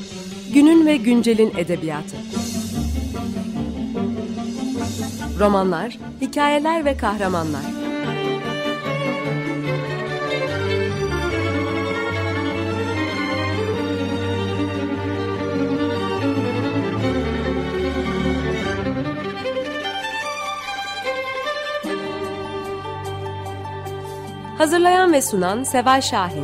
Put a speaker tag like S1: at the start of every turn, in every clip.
S1: Günün ve güncelin edebiyatı. Romanlar, hikayeler ve kahramanlar. Hazırlayan ve sunan Seval Şahin.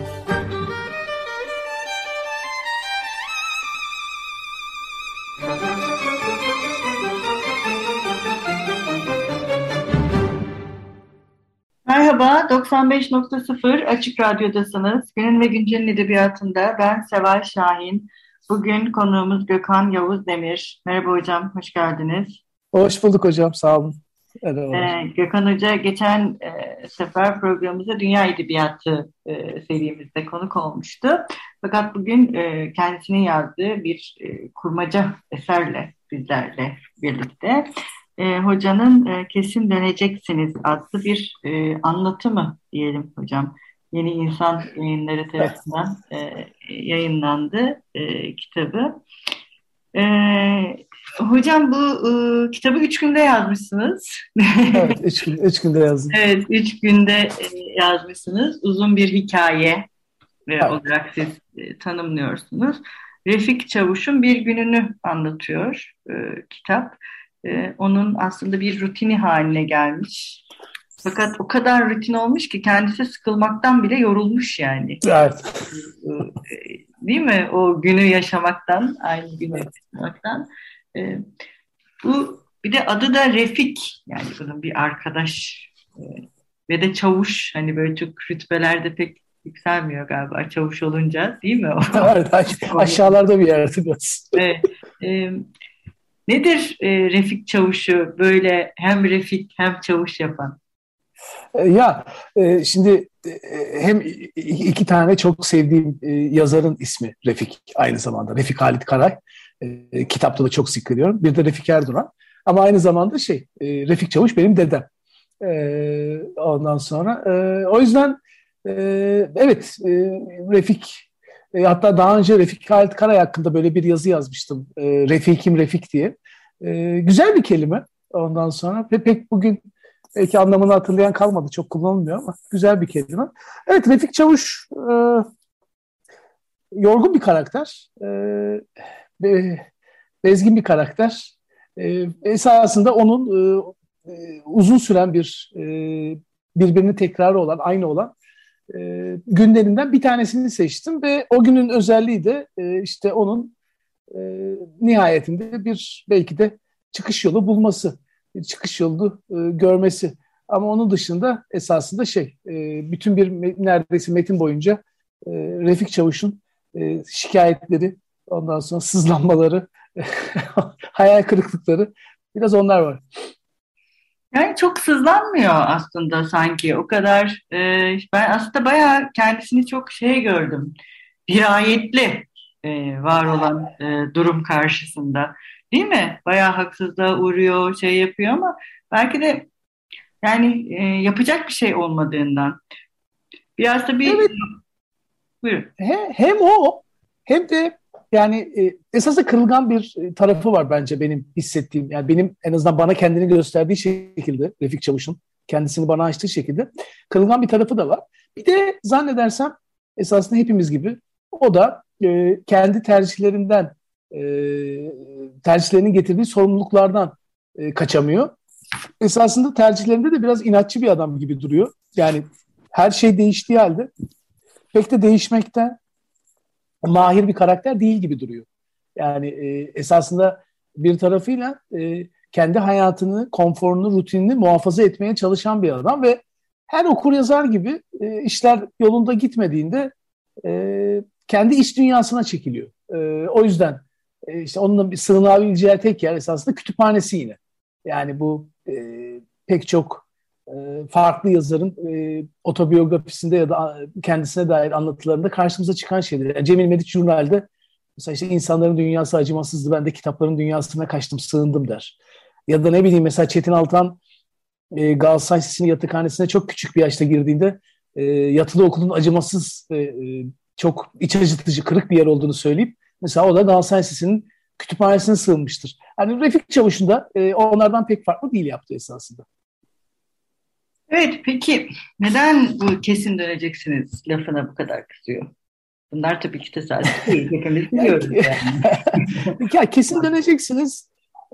S2: Merhaba, 95.0 Açık Radyo'dasınız. Günün ve Güncel'in edebiyatında ben Seval Şahin. Bugün konuğumuz Gökhan Yavuz Demir. Merhaba hocam, hoş geldiniz.
S3: Hoş bulduk hocam, sağ olun.
S2: Gökhan Hoca geçen sefer programımıza Dünya Edebiyatı serimizde konuk olmuştu. Fakat bugün kendisinin yazdığı bir kurmaca eserle bizlerle birlikte. Hocanın Kesin Döneceksiniz adlı bir anlatımı diyelim hocam. Yeni İnsan Yayınları tarafından yayınlandı kitabı. Hocam bu kitabı 3 günde yazmışsınız.
S3: Evet, üç günde yazdım.
S2: Evet, 3 günde yazmışsınız. Uzun bir hikaye
S3: Evet.
S2: olarak siz tanımlıyorsunuz. Refik Çavuş'un bir gününü anlatıyor kitap. Onun aslında bir rutini haline gelmiş. Fakat o kadar rutin olmuş ki kendisi sıkılmaktan bile yorulmuş yani.
S3: Evet.
S2: Değil mi? O günü yaşamaktan, aynı günü yaşamaktan. Bu bir de adı da Refik. Yani bunun bir arkadaş ve de çavuş. Hani böyle çok rütbelerde pek yükselmiyor galiba çavuş olunca, değil mi?
S3: Evet, aşağılarda bir yerde biraz.
S2: Evet. Nedir Refik Çavuş'u böyle hem Refik hem çavuş yapan?
S3: Şimdi hem iki tane çok sevdiğim yazarın ismi Refik aynı zamanda. Refik Halit Karay. Kitapta da çok zikrediyorum. Bir de Refik Erduran. Ama aynı zamanda Refik Çavuş benim dedem. Ondan sonra o yüzden evet, Refik, hatta daha önce Refik Halit Karay hakkında böyle bir yazı yazmıştım. Refik'im Refik diye. Güzel bir kelime. Ondan sonra pek bugün belki anlamını hatırlayan kalmadı. Çok kullanılmıyor ama güzel bir kelime. Evet, Refik Çavuş yorgun bir karakter. Bezgin bir karakter. Esasında onun uzun süren birbirini tekrarı olan, aynı olan günlerinden bir tanesini seçtim ve o günün özelliği de işte onun nihayetinde belki de çıkış yolu bulması, bir çıkış yolu görmesi. Ama onun dışında esasında bütün neredeyse metin boyunca Refik Çavuş'un şikayetleri, ondan sonra sızlanmaları, hayal kırıklıkları, biraz onlar var.
S2: Yani çok sızlanmıyor aslında sanki. O kadar ben aslında bayağı kendisini çok gördüm. Dirayetli var olan durum karşısında. Değil mi? Bayağı haksızlığa uğruyor, yapıyor ama belki de yani yapacak bir şey olmadığından. Biraz da bir...
S3: Evet.
S2: Buyurun.
S3: Hem o hem de yani esasında kırılgan bir tarafı var bence benim hissettiğim. Yani benim en azından bana kendini gösterdiği şekilde, Refik Çavuş'un kendisini bana açtığı şekilde kırılgan bir tarafı da var. Bir de zannedersem esasında hepimiz gibi o da kendi tercihlerinin getirdiği sorumluluklardan kaçamıyor. Esasında tercihlerinde de biraz inatçı bir adam gibi duruyor. Yani her şey değiştiği halde pek de değişmekten mahir bir karakter değil gibi duruyor. Yani esasında bir tarafıyla kendi hayatını, konforunu, rutinini muhafaza etmeye çalışan bir adam ve her okuryazar gibi işler yolunda gitmediğinde kendi iç dünyasına çekiliyor. O yüzden işte onunla bir sığınabileceği tek yer esasında kütüphanesi yine. Yani bu pek çok farklı yazarın otobiyografisinde ya da kendisine dair anlatılarında karşımıza çıkan şeyler. Yani Cemil Meriç Jurnal'de mesela insanların dünyası acımasızdı, ben de kitapların dünyasına kaçtım, sığındım der. Ya da ne bileyim, mesela Çetin Altan Galatasaray Lisesi'nin yatakhanesine çok küçük bir yaşta girdiğinde yatılı okulun acımasız, çok iç acıtıcı, kırık bir yer olduğunu söyleyip Mesela o da Galatasaray Lisesi'nin kütüphanesine sığınmıştır. Yani Refik Çavuş'un da onlardan pek farklı değil yaptığı esasında.
S2: Evet, peki neden bu kesin döneceksiniz lafına bu kadar kızıyor? Bunlar tabii ki tesadüf değil. Hepimiz biliyoruz yani.
S3: Ya kesin döneceksiniz.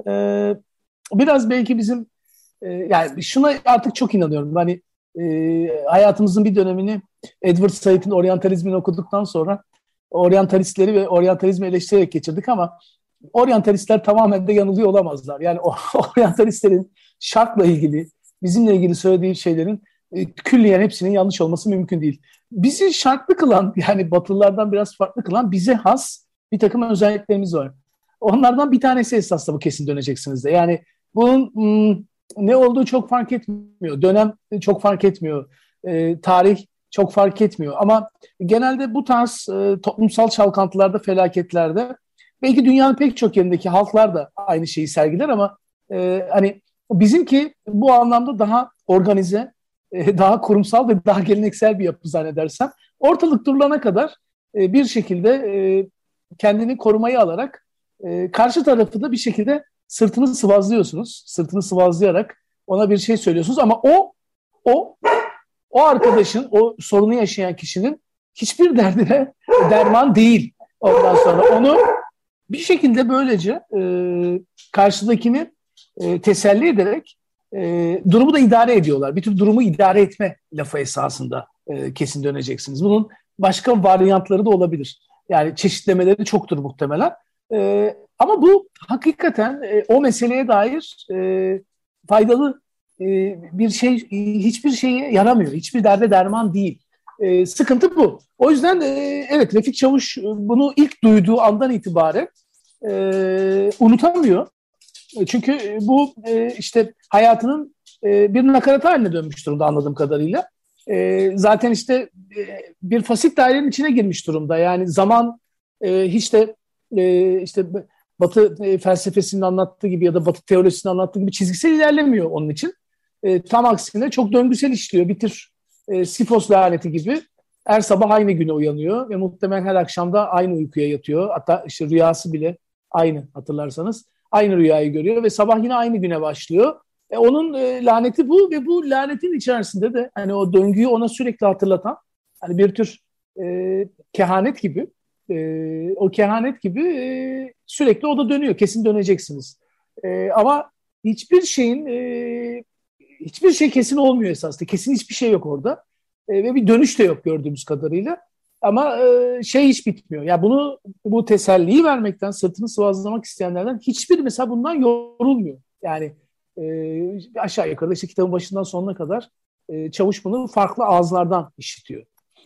S3: Biraz belki bizim yani şuna artık çok inanıyorum. Hani hayatımızın bir dönemini Edward Said'in oryantalizmini okuduktan sonra oryantalistleri ve oryantalizmi eleştirerek geçirdik ama oryantalistler tamamen de yanılıyor olamazlar. Yani o oryantalistlerin şarkla ilgili, bizimle ilgili söylediği şeylerin külliyen hepsinin yanlış olması mümkün değil. Bizi şarklı kılan, yani Batılılardan biraz farklı kılan bize has bir takım özelliklerimiz var. Onlardan bir tanesi esasında bu kesin döneceksiniz de. Yani bunun ne olduğu çok fark etmiyor. Dönem çok fark etmiyor. Tarih çok fark etmiyor. Ama genelde bu tarz toplumsal çalkantılarda, felaketlerde belki dünyanın pek çok yerindeki halklar da aynı şeyi sergiler ama hani bizimki bu anlamda daha organize, daha kurumsal ve daha geleneksel bir yapı zannedersem. Ortalık durulana kadar bir şekilde kendini korumayı alarak karşı tarafı da bir şekilde sırtını sıvazlıyorsunuz. Sırtını sıvazlayarak ona bir şey söylüyorsunuz ama o arkadaşın, o sorunu yaşayan kişinin hiçbir derdine derman değil. Ondan sonra onu bir şekilde böylece karşıdakini teselli ederek durumu da idare ediyorlar. Bir tür durumu idare etme lafı esasında kesin döneceksiniz. Bunun başka varyantları da olabilir. Yani çeşitlemeleri çoktur muhtemelen. Ama bu hakikaten o meseleye dair faydalı bir şey, hiçbir şeye yaramıyor. Hiçbir derde derman değil. Sıkıntı bu. O yüzden evet, Refik Çavuş bunu ilk duyduğu andan itibaren unutamıyor. Çünkü bu işte hayatının bir nakarat haline dönmüş durumda anladığım kadarıyla. Zaten işte bir fasit dairenin içine girmiş durumda. Yani zaman hiç de işte Batı felsefesinin anlattığı gibi ya da Batı teorisinin anlattığı gibi çizgisel ilerlemiyor onun için. Tam aksine çok döngüsel işliyor. Bir tür Sifos laneti gibi her sabah aynı güne uyanıyor ve muhtemelen her akşam da aynı uykuya yatıyor. Hatta işte rüyası bile aynı, hatırlarsanız. Aynı rüyayı görüyor ve sabah yine aynı güne başlıyor. Onun laneti bu ve bu lanetin içerisinde de hani o döngüyü ona sürekli hatırlatan hani bir tür kehanet gibi o kehanet gibi sürekli o da dönüyor. Kesin döneceksiniz. Ama hiçbir şey kesin olmuyor esasında. Kesin hiçbir şey yok orada. Ve bir dönüş de yok gördüğümüz kadarıyla. Ama şey hiç bitmiyor. Ya bu teselliyi vermekten, sırtını sıvazlamak isteyenlerden hiçbir mesela bundan yorulmuyor. Yani aşağı yukarı işte kitabın başından sonuna kadar Çavuş bunu farklı ağızlardan işitiyor.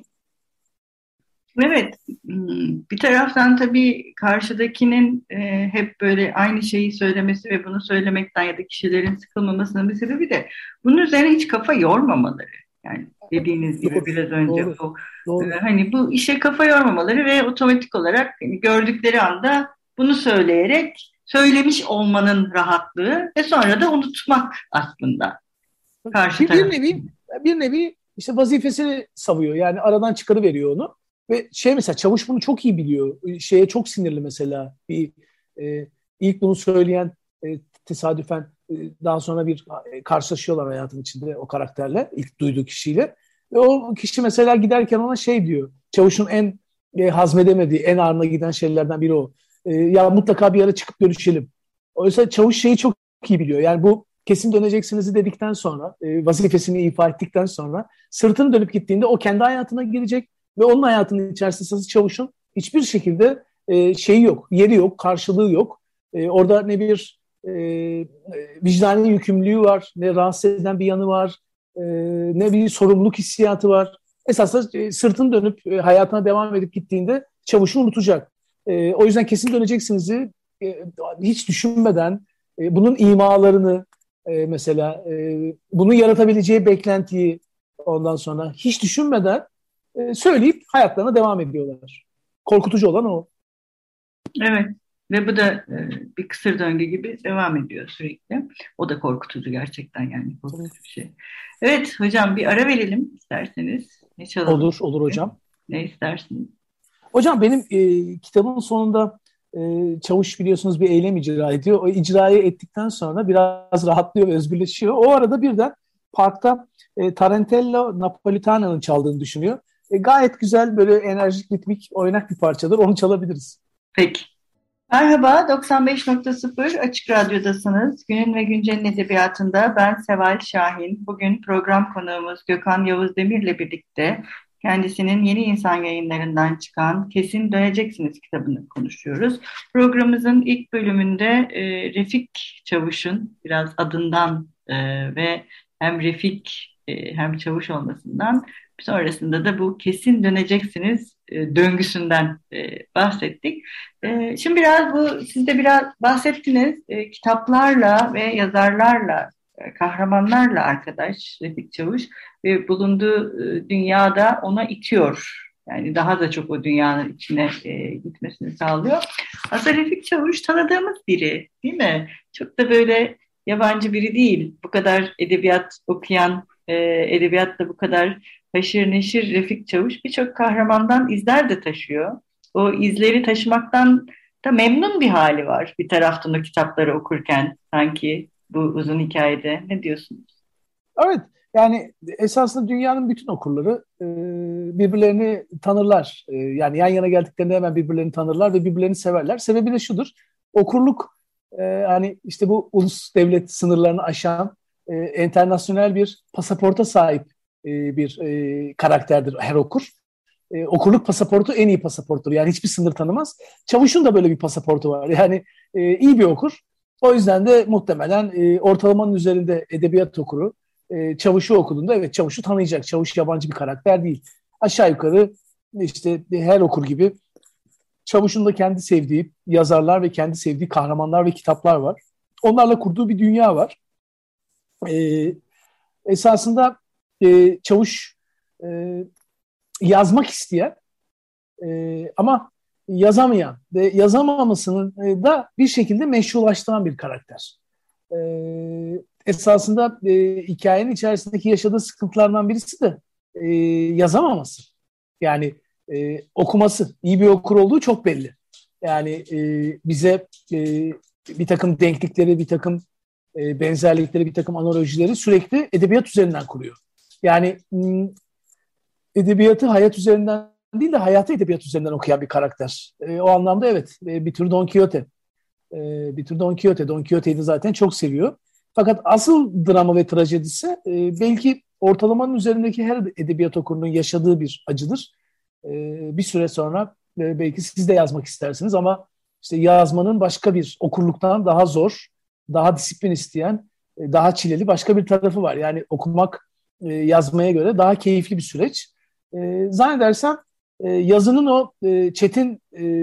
S2: Evet, bir taraftan tabii karşıdakinin hep böyle aynı şeyi söylemesi ve bunu söylemekten ya da kişilerin sıkılmamasının bir sebebi de bunun üzerine hiç kafa yormamaları. Yani dediğiniz gibi
S3: Doğru,
S2: biraz önce
S3: doğru, doğru.
S2: hani bu işe kafa yormamaları ve otomatik olarak hani gördükleri anda bunu söyleyerek söylemiş olmanın rahatlığı ve sonra da unutmak aslında karşı taraf.
S3: Bir nevi işte vazifesini savuyor. Yani aradan çıkarıveriyor onu. Ve mesela Çavuş bunu çok iyi biliyor. Şeye çok sinirli mesela. İlk bunu söyleyen tesadüfen daha sonra bir karşılaşıyorlar hayatın içinde o karakterle. İlk duyduğu kişiyle. Ve o kişi mesela giderken ona şey diyor. Çavuş'un en hazmedemediği, en ağrına giden şeylerden biri o. Ya mutlaka bir ara çıkıp görüşelim. Oysa Çavuş şeyi çok iyi biliyor. Yani bu kesin döneceksiniz dedikten sonra, vazifesini ifa ettikten sonra sırtını dönüp gittiğinde o kendi hayatına girecek ve onun hayatının içerisinde Çavuş'un hiçbir şekilde şeyi yok, yeri yok, karşılığı yok. Orada ne bir vicdani yükümlülüğü var, ne rahatsız eden bir yanı var, ne bir sorumluluk hissiyatı var. Esasında sırtını dönüp hayatına devam edip gittiğinde Çavuş'u unutacak. O yüzden kesin döneceksiniz'i hiç düşünmeden bunun imalarını mesela bunu yaratabileceği beklentiyi ondan sonra hiç düşünmeden söyleyip hayatlarına devam ediyorlar. Korkutucu olan o.
S2: Evet. Ve bu da bir kısır döngü gibi devam ediyor sürekli. O da korkutucu gerçekten, yani korkutucu bir şey. Evet hocam, bir ara verelim isterseniz. Ne çalalım?
S3: Olur hocam.
S2: Ne istersiniz?
S3: Hocam benim kitabın sonunda Çavuş biliyorsunuz bir eylem icra ediyor. O icrayı ettikten sonra biraz rahatlıyor ve özgürleşiyor. O arada birden parkta Tarantello Napolitano'nun çaldığını düşünüyor. Gayet güzel, böyle enerjik, ritmik, oynak bir parçadır. Onu çalabiliriz.
S2: Peki. Merhaba, 95.0 Açık Radyo'dasınız. Günün ve Güncel'in edebiyatında ben Seval Şahin. Bugün program konuğumuz Gökhan Yavuz Demir'le birlikte kendisinin Yeni İnsan Yayınlarından çıkan Kesin Döneceksiniz kitabını konuşuyoruz. Programımızın ilk bölümünde Refik Çavuş'un biraz adından ve hem Refik hem Çavuş olmasından, sonrasında da bu kesin döneceksiniz döngüsünden bahsettik. Şimdi siz de biraz bahsettiniz. Kitaplarla ve yazarlarla, kahramanlarla arkadaş Refik Çavuş ve bulunduğu dünyada ona itiyor. Yani daha da çok o dünyanın içine gitmesini sağlıyor. Aslında Refik Çavuş tanıdığımız biri, değil mi? Çok da böyle yabancı biri değil. Bu kadar edebiyat okuyan, edebiyatta bu kadar haşır neşir Refik Çavuş birçok kahramandan izler de taşıyor. O izleri taşımaktan da memnun bir hali var bir taraftan o kitapları okurken sanki bu uzun hikayede. Ne diyorsunuz?
S3: Evet, yani esasında dünyanın bütün okurları birbirlerini tanırlar. Yani yan yana geldiklerinde hemen birbirlerini tanırlar ve birbirlerini severler. Sebebi de şudur: okurluk hani işte bu ulus devlet sınırlarını aşan internasyonel bir pasaporta sahip bir karakterdir her okur. Okurluk pasaportu en iyi pasaporttur. Yani hiçbir sınır tanımaz. Çavuş'un da böyle bir pasaportu var. Yani iyi bir okur. O yüzden de muhtemelen ortalamanın üzerinde edebiyat okuru Çavuş'u okuduğunda evet Çavuş'u tanıyacak. Çavuş yabancı bir karakter değil. Aşağı yukarı işte her okur gibi Çavuş'un da kendi sevdiği yazarlar ve kendi sevdiği kahramanlar ve kitaplar var. Onlarla kurduğu bir dünya var. Esasında Çavuş yazmak isteyen ama yazamayan ve yazamamasını da bir şekilde meşrulaştıran bir karakter. Esasında hikayenin içerisindeki yaşadığı sıkıntılardan birisi de yazamaması. Yani okuması, iyi bir okur olduğu çok belli. Yani bize bir takım denklikleri, bir takım benzerlikleri, bir takım analojileri sürekli edebiyat üzerinden kuruyor. Yani edebiyatı hayat üzerinden değil de hayatı edebiyat üzerinden okuyan bir karakter. O anlamda evet, bir tür Don Quixote. Bir tür Don Quixote. Don Quixote'yi de zaten çok seviyor. Fakat asıl drama ve trajedisi belki ortalamanın üzerindeki her edebiyat okurunun yaşadığı bir acıdır. Bir süre sonra belki siz de yazmak istersiniz ama işte yazmanın başka bir okurluktan daha zor, daha disiplin isteyen, daha çileli başka bir tarafı var. Yani okumak yazmaya göre daha keyifli bir süreç. Zannedersem yazının o çetin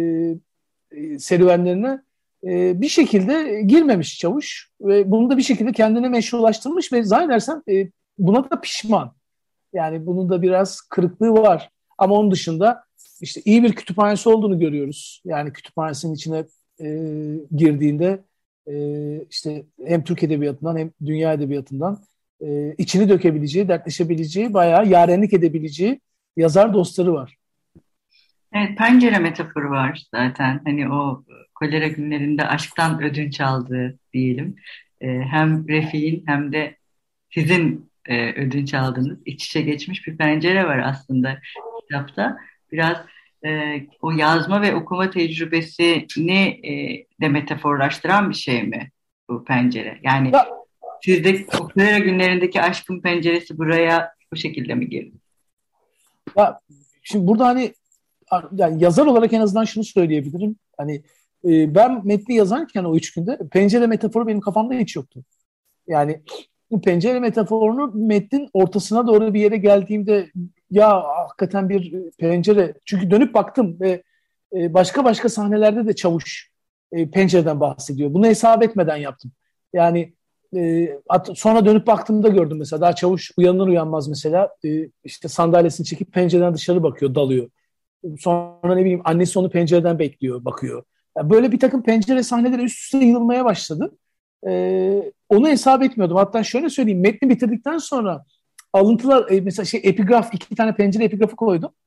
S3: serüvenlerine bir şekilde girmemiş Çavuş ve bunu da bir şekilde kendine meşrulaştırmış ve zannedersem buna da pişman. Yani bunun da biraz kırıklığı var. Ama onun dışında işte iyi bir kütüphanesi olduğunu görüyoruz. Yani kütüphanesinin içine girdiğinde işte hem Türk edebiyatından hem dünya edebiyatından içini dökebileceği, dertleşebileceği, bayağı yarenlik edebileceği yazar dostları var.
S2: Evet, pencere metaforu var zaten. Hani o kolera günlerinde aşktan ödünç aldığı diyelim. Hem Refik'in hem de sizin ödünç aldığınız iç içe geçmiş bir pencere var aslında kitapta. Biraz o yazma ve okuma tecrübesini de metaforlaştıran bir şey mi bu pencere? Yani sizde o kolera günlerindeki aşkın penceresi buraya bu şekilde mi girdi?
S3: Ya, şimdi burada hani yani yazar olarak en azından şunu söyleyebilirim. Hani ben metni yazarken o 3 günde pencere metaforu benim kafamda hiç yoktu. Yani pencere metaforunu metnin ortasına doğru bir yere geldiğimde ya hakikaten bir pencere. Çünkü dönüp baktım ve başka sahnelerde de Çavuş pencereden bahsediyor. Bunu hesap etmeden yaptım. Yani sonra dönüp baktığımda gördüm mesela. Daha Çavuş uyanır uyanmaz mesela işte sandalyesini çekip pencereden dışarı bakıyor, dalıyor. Sonra ne bileyim annesi onu pencereden bekliyor, bakıyor. Yani böyle bir takım pencere sahneleri üst üste yığılmaya başladı. Onu hesap etmiyordum. Hatta şöyle söyleyeyim, metni bitirdikten sonra alıntılar mesela epigraf, 2 tane pencere epigrafı koydum.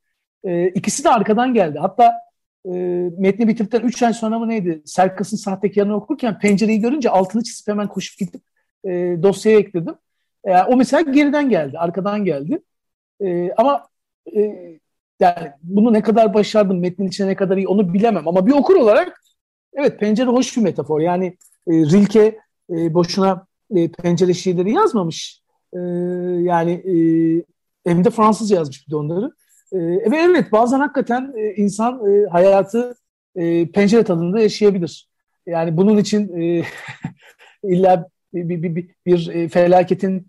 S3: İkisi de arkadan geldi. Hatta metni bitirdikten 3 ay sonra mı neydi? Serkas'ın Sahtekarını okurken pencereyi görünce altını çizip hemen koşup gidip dosyaya ekledim. O mesela geriden geldi, arkadan geldi. Ama yani bunu ne kadar başardım, metnin içine ne kadar iyi onu bilemem. Ama bir okur olarak evet, pencere hoş bir metafor. Yani Rilke boşuna pencere şiirleri yazmamış. Yani hem de Fransızca yazmış bir de onları. Ve evet, bazen hakikaten insan hayatı pencere tadında yaşayabilir. Yani bunun için illa bir felaketin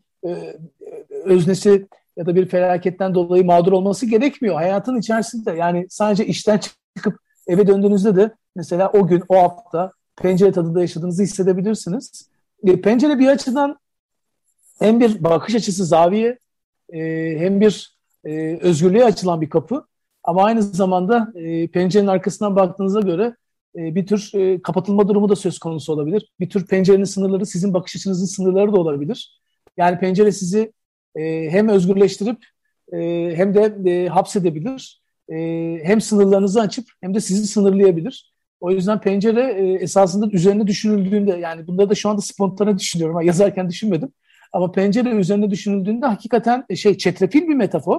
S3: öznesi ya da bir felaketten dolayı mağdur olması gerekmiyor. Hayatın içerisinde, yani sadece işten çıkıp eve döndüğünüzde de mesela o gün, o hafta pencere tadında yaşadığınızı hissedebilirsiniz. Pencere bir açıdan hem bir bakış açısı, zaviye, hem bir özgürlüğe açılan bir kapı, ama aynı zamanda pencerenin arkasından baktığınıza göre bir tür kapatılma durumu da söz konusu olabilir. Bir tür pencerenin sınırları sizin bakış açınızın sınırları da olabilir. Yani pencere sizi hem özgürleştirip hem de hapsedebilir. Hem sınırlarınızı açıp hem de sizi sınırlayabilir. O yüzden pencere esasında üzerine düşünüldüğünde, yani bunları da şu anda spontane düşünüyorum. Yazarken düşünmedim. Ama pencere üzerine düşünüldüğünde hakikaten çetrefil bir metafor.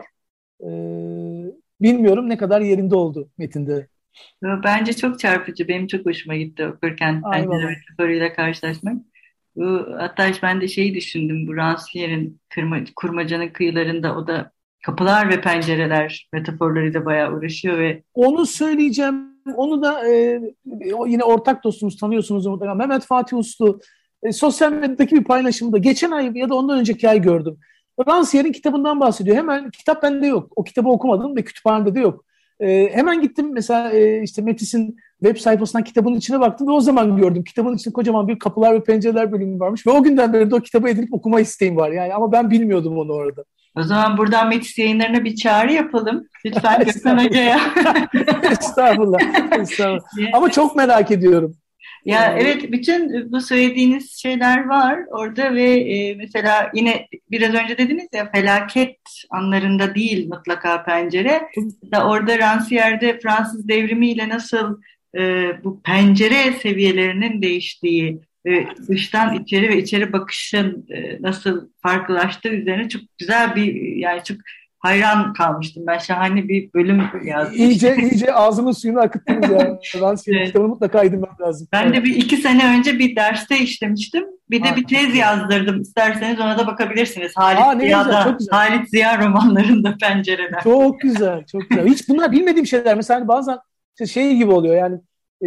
S3: Bilmiyorum ne kadar yerinde oldu metinde.
S2: Bence çok çarpıcı. Benim çok hoşuma gitti okurken pencere metaforuyla karşılaşmak. Hatta ben de şeyi düşündüm. Bu Rancière'in Kurmaca'nın kıyılarında o da kapılar ve pencereler metaforlarıyla bayağı uğraşıyor ve
S3: onu söyleyeceğim. Onu da yine ortak dostumuz, tanıyorsunuz mutlaka, Mehmet Fatih Uslu sosyal medyadaki bir paylaşımda geçen ay ya da ondan önceki ay gördüm. Rancière'in kitabından bahsediyor. Hemen kitap bende yok. O kitabı okumadım ve kütüphanede de yok. Hemen gittim mesela işte Metis'in web sayfasından kitabın içine baktım ve o zaman gördüm. Kitabın içinde kocaman bir kapılar ve pencereler bölümü varmış ve o günden beri de o kitabı edinip okuma isteğim var. Yani ama ben bilmiyordum onu orada.
S2: O zaman buradan Metis Yayınları'na bir çağrı yapalım. Lütfen Gökhan Hoca'ya.
S3: Estağfurullah. Estağfurullah. Ama çok merak ediyorum.
S2: Ya evet, bütün bu söylediğiniz şeyler var orada ve mesela yine biraz önce dediniz ya, felaket anlarında değil mutlaka pencere. Da orada Rancière'de Fransız devrimiyle nasıl bu pencere seviyelerinin değiştiği, dıştan içeri ve içeri bakışın nasıl farklılaştığı üzerine çok güzel bir, yani çok hayran kalmıştım. Ben şahane bir bölüm yazdım.
S3: İyice ağzımın suyunu akıttınız ya. Rancière'in kitabını mutlaka edinmem lazım.
S2: Ben de bir 2 sene önce bir derste işlemiştim. Bir de bir tez yazdırdım. İsterseniz ona da bakabilirsiniz. Halit Ziya romanlarında pencereler.
S3: Çok güzel, çok güzel. Hiç bunlar bilmediğim şeyler. Mesela hani bazen şey gibi oluyor yani,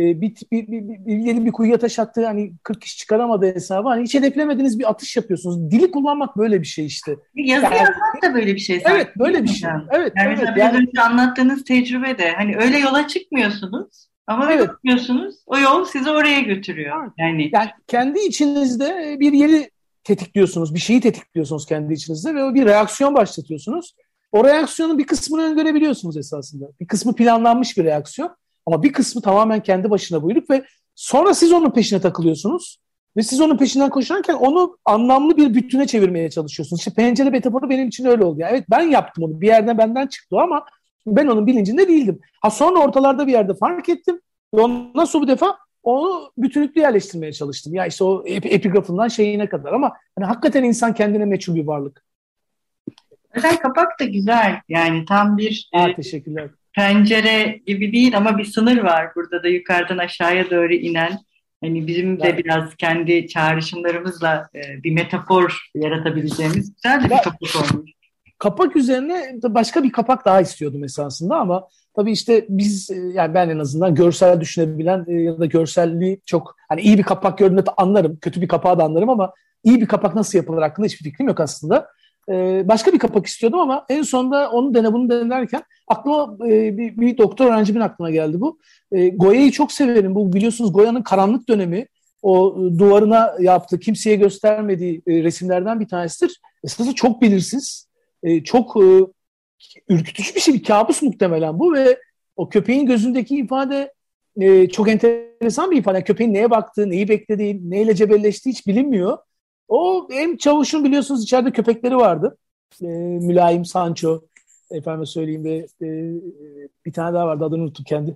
S3: bir kuyuya taş attı, hani 40 kişi çıkaramadı hesabı. Hani hiç hedeflemediğiniz bir atış yapıyorsunuz. Dili kullanmak böyle bir şey işte.
S2: Yazı yazmak da böyle bir şey.
S3: Evet, böyle bir şey. Evet,
S2: yani mesela biraz önce anlattığınız tecrübe de hani öyle yola çıkmıyorsunuz ama bir bakıyorsunuz o yol sizi oraya götürüyor. Yani
S3: kendi içinizde bir yeri tetikliyorsunuz, bir şeyi tetikliyorsunuz kendi içinizde ve o bir reaksiyon başlatıyorsunuz. O reaksiyonun bir kısmını öngörebiliyorsunuz esasında. Bir kısmı planlanmış bir reaksiyon. Ama bir kısmı tamamen kendi başına buyruk ve sonra siz onun peşine takılıyorsunuz. Ve siz onun peşinden koşarken onu anlamlı bir bütüne çevirmeye çalışıyorsunuz. İşte pencere metaforu benim için öyle oldu. Yani evet, ben yaptım onu. Bir yerden benden çıktı ama ben onun bilincinde değildim. Sonra ortalarda bir yerde fark ettim. Ve ondan sonra bu defa onu bütünlüklü yerleştirmeye çalıştım. Ya işte o epigrafından şeyine kadar, ama hani hakikaten insan kendine meçhul bir varlık.
S2: Özel kapak da güzel. Yani tam bir
S3: teşekkürler.
S2: Pencere gibi değil ama bir sınır var burada da, yukarıdan aşağıya doğru inen. Hani bizim de biraz kendi çağrışımlarımızla bir metafor yaratabileceğimiz güzel bir kapak olmuş.
S3: Kapak üzerine başka bir kapak daha istiyordum esasında, ama tabii işte biz, yani ben en azından görsel düşünebilen ya da görselliği çok, hani iyi bir kapak gördüğümde anlarım, kötü bir kapağı da anlarım, ama iyi bir kapak nasıl yapılır hakkında hiçbir fikrim yok aslında. Başka bir kapak istiyordum ama en sonunda onu bunu denerken aklıma bir doktor öğrencimin aklına geldi bu. Goya'yı çok severim. Bu biliyorsunuz Goya'nın karanlık dönemi, o duvarına yaptığı, kimseye göstermediği resimlerden bir tanesidir. Esasında çok belirsiz, çok ürkütücü bir şey, bir kabus muhtemelen bu ve o köpeğin gözündeki ifade çok enteresan bir ifade. Köpeğin neye baktığı, neyi beklediği, neyle cebelleştiği hiç bilinmiyor. O hem Çavuş'un biliyorsunuz içeride köpekleri vardı. Mülayim, Sancho. Efendime söyleyeyim ve bir tane daha vardı, adını unuttum kendi.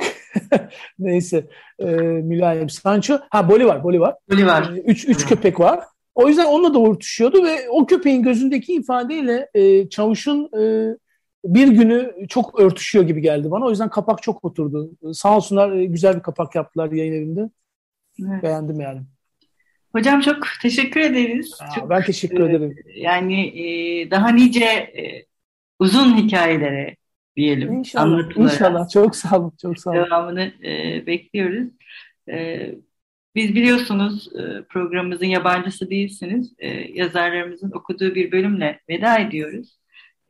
S3: Neyse. Mülayim. Sancho. Bolivar.
S2: Bolivar.
S3: Üç köpek var. O yüzden onunla da örtüşüyordu ve o köpeğin gözündeki ifadeyle Çavuş'un bir günü çok örtüşüyor gibi geldi bana. O yüzden kapak çok oturdu. Sağ olsunlar, güzel bir kapak yaptılar yayın evinde. Evet. Beğendim yani.
S2: Hocam çok teşekkür ederiz.
S3: Ben teşekkür ederim.
S2: Yani daha nice uzun hikayelere diyelim.
S3: İnşallah. Çok sağ olun.
S2: Devamını bekliyoruz. Biz biliyorsunuz programımızın yabancısı değilsiniz. Yazarlarımızın okuduğu bir bölümle veda ediyoruz.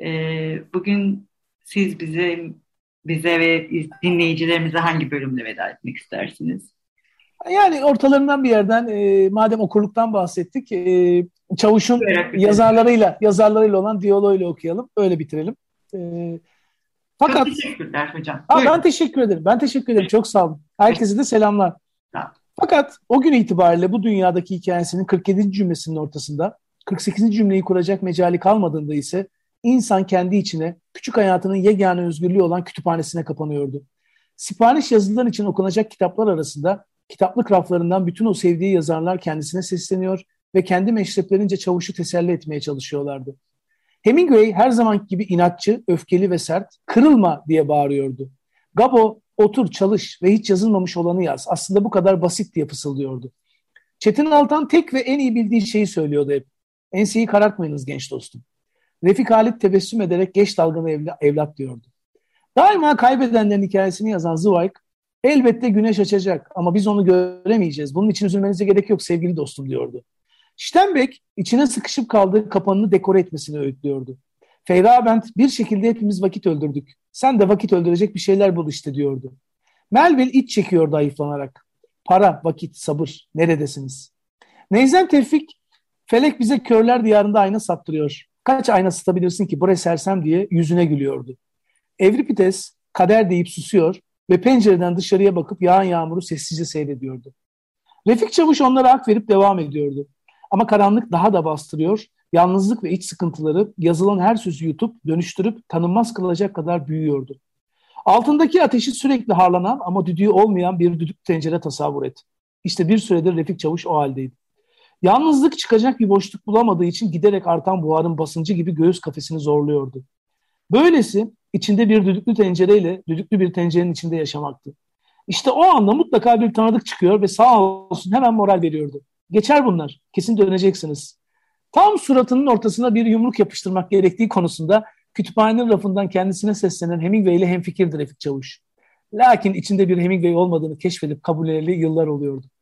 S2: Bugün siz bize ve dinleyicilerimize hangi bölümle veda etmek istersiniz?
S3: Yani ortalarından bir yerden madem okurluktan bahsettik, Çavuş'un yazarlarıyla olan diyaloğuyla okuyalım. Öyle bitirelim.
S2: Fakat, çok teşekkürler hocam.
S3: Ben teşekkür ederim. Çok sağ olun. Herkese de selamlar. Fakat o gün itibariyle bu dünyadaki hikayesinin 47. cümlesinin ortasında 48. cümleyi kuracak mecali kalmadığında ise insan kendi içine, küçük hayatının yegane özgürlüğü olan kütüphanesine kapanıyordu. Sipariş yazılar için okunacak kitaplar arasında kitaplık raflarından bütün o sevdiği yazarlar kendisine sesleniyor ve kendi meşreplerince Çavuş'u teselli etmeye çalışıyorlardı. Hemingway her zamanki gibi inatçı, öfkeli ve sert, "Kırılma!" diye bağırıyordu. Gabo, "Otur, çalış ve hiç yazılmamış olanı yaz. Aslında bu kadar basit," diye fısıldıyordu. Çetin Altan tek ve en iyi bildiği şeyi söylüyordu hep. "Enseyi karartmayınız genç dostum." Refik Halit tebessüm ederek "Geç dalgalı evlat," diyordu. Daima kaybedenlerin hikayesini yazan Zweig, "Elbette güneş açacak ama biz onu göremeyeceğiz. Bunun için üzülmenize gerek yok sevgili dostum," diyordu. Steinbeck içine sıkışıp kaldığı kapanını dekore etmesini öğütlüyordu. Feyerabend, "Bir şekilde hepimiz vakit öldürdük. Sen de vakit öldürecek bir şeyler bul işte," diyordu. Melville iç çekiyordu ayıflanarak. "Para, vakit, sabır, neredesiniz?" Neyzen Tevfik, "Felek bize körler diyarında ayna sattırıyor. Kaç ayna satabilirsin ki bre sersem," diye yüzüne gülüyordu. Evripides, "Kader," deyip susuyor ve pencereden dışarıya bakıp yağan yağmuru sessizce seyrediyordu. Refik Çavuş onlara hak verip devam ediyordu. Ama karanlık daha da bastırıyor, yalnızlık ve iç sıkıntıları yazılan her sözü yutup, dönüştürüp tanınmaz kılacak kadar büyüyordu. Altındaki ateşi sürekli harlanan ama düdüğü olmayan bir düdük tencere tasavvur et. İşte bir süredir Refik Çavuş o haldeydi. Yalnızlık çıkacak bir boşluk bulamadığı için giderek artan buharın basıncı gibi göğüs kafesini zorluyordu. Böylesi içinde bir düdüklü tencereyle düdüklü bir tencerenin içinde yaşamaktı. İşte o anda mutlaka bir tanıdık çıkıyor ve sağ olsun hemen moral veriyordu. "Geçer bunlar, kesin döneceksiniz." Tam suratının ortasına bir yumruk yapıştırmak gerektiği konusunda kütüphanenin rafından kendisine seslenen Hemingway ile hemfikirdi Refik Çavuş. Lakin içinde bir Hemingway olmadığını keşfedip kabulleri yıllar oluyordu.